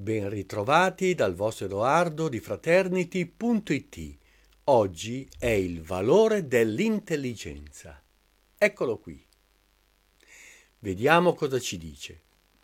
Ben ritrovati dal vostro Edoardo di Fraternity.it. Oggi è il valore dell'intelligenza. Eccolo qui. Vediamo cosa ci dice.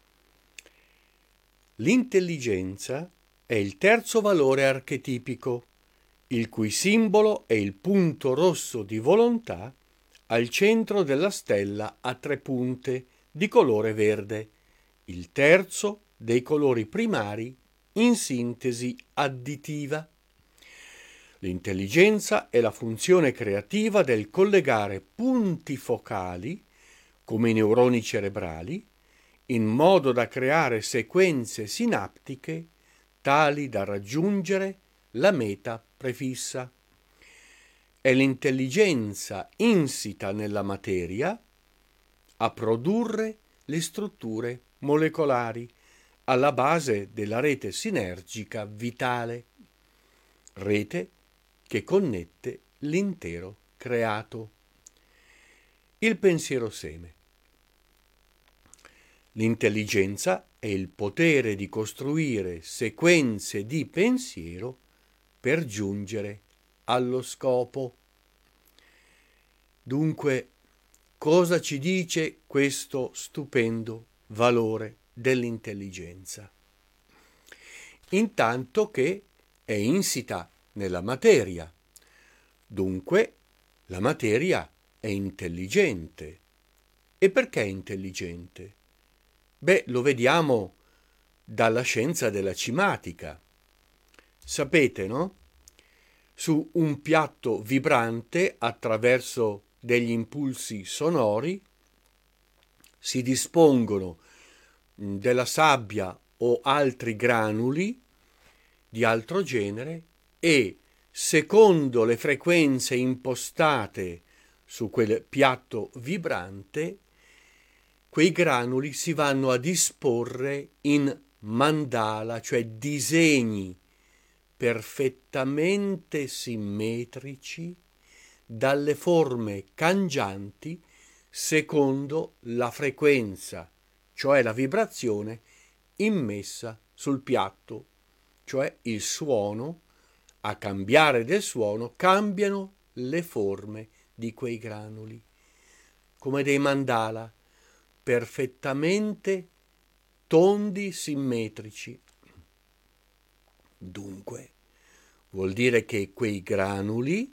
L'intelligenza è il terzo valore archetipico, il cui simbolo è il punto rosso di volontà al centro della stella a tre punte di colore verde, il terzo dei colori primari in sintesi additiva. L'intelligenza è la funzione creativa del collegare punti focali, come i neuroni cerebrali, in modo da creare sequenze sinaptiche tali da raggiungere la meta prefissa. È l'intelligenza insita nella materia a produrre le strutture molecolari alla base della rete sinergica vitale, rete che connette l'intero creato. Il pensiero seme. L'intelligenza è il potere di costruire sequenze di pensiero per giungere allo scopo. Dunque, cosa ci dice questo stupendo valore dell'intelligenza? Intanto che è insita nella materia, dunque la materia è intelligente. E perché è intelligente? Lo vediamo dalla scienza della cimatica. Sapete, no? Su un piatto vibrante, attraverso degli impulsi sonori, si dispongono della sabbia o altri granuli di altro genere e, secondo le frequenze impostate su quel piatto vibrante, quei granuli si vanno a disporre in mandala, cioè disegni perfettamente simmetrici dalle forme cangianti secondo la frequenza, cioè la vibrazione immessa sul piatto, cioè il suono. A cambiare del suono cambiano le forme di quei granuli, come dei mandala perfettamente tondi, simmetrici. Dunque, vuol dire che quei granuli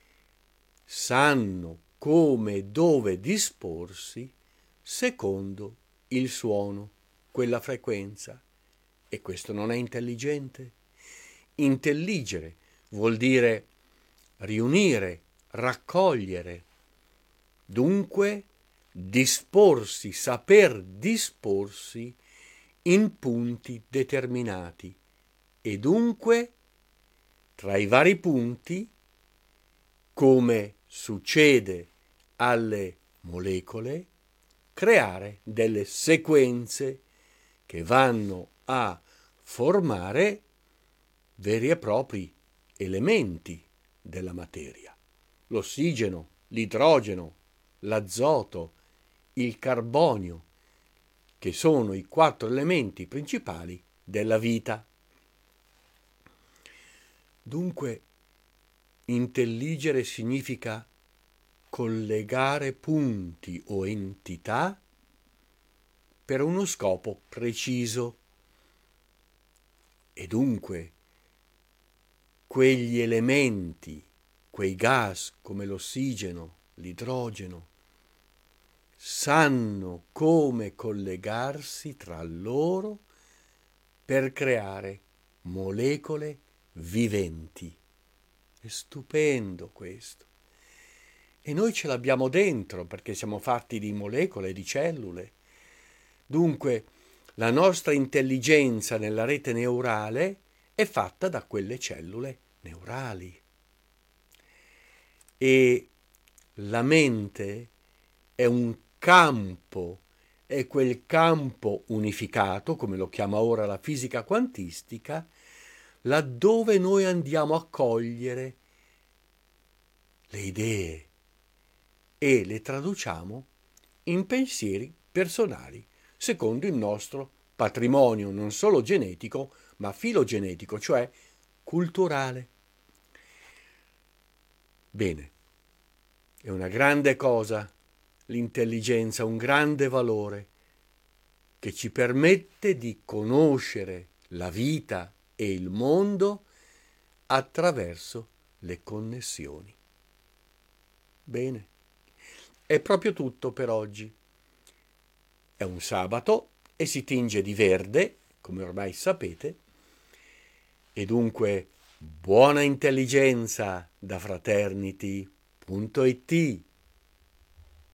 sanno come e dove disporsi secondo il suono, quella frequenza. E questo non è intelligente? Intelligere vuol dire riunire, raccogliere. Dunque, disporsi, saper disporsi in punti determinati e dunque tra i vari punti, come succede alle molecole, creare delle sequenze che vanno a formare veri e propri elementi della materia: l'ossigeno, l'idrogeno, l'azoto, il carbonio, che sono i 4 elementi principali della vita. Dunque, intelligere significa collegare punti o entità per uno scopo preciso. E dunque, quegli elementi, quei gas come l'ossigeno, l'idrogeno, sanno come collegarsi tra loro per creare molecole viventi. È stupendo questo. E noi ce l'abbiamo dentro perché siamo fatti di molecole, di cellule. Dunque, la nostra intelligenza nella rete neurale è fatta da quelle cellule neurali. E la mente è un campo, è quel campo unificato, come lo chiama ora la fisica quantistica, laddove noi andiamo a cogliere le idee e le traduciamo in pensieri personali, secondo il nostro patrimonio non solo genetico, ma filogenetico, cioè culturale. Bene, è una grande cosa l'intelligenza, un grande valore che ci permette di conoscere la vita e il mondo attraverso le connessioni. Bene, è proprio tutto per oggi. È un sabato e si tinge di verde, come ormai sapete, e dunque buona intelligenza da Fraternity.it.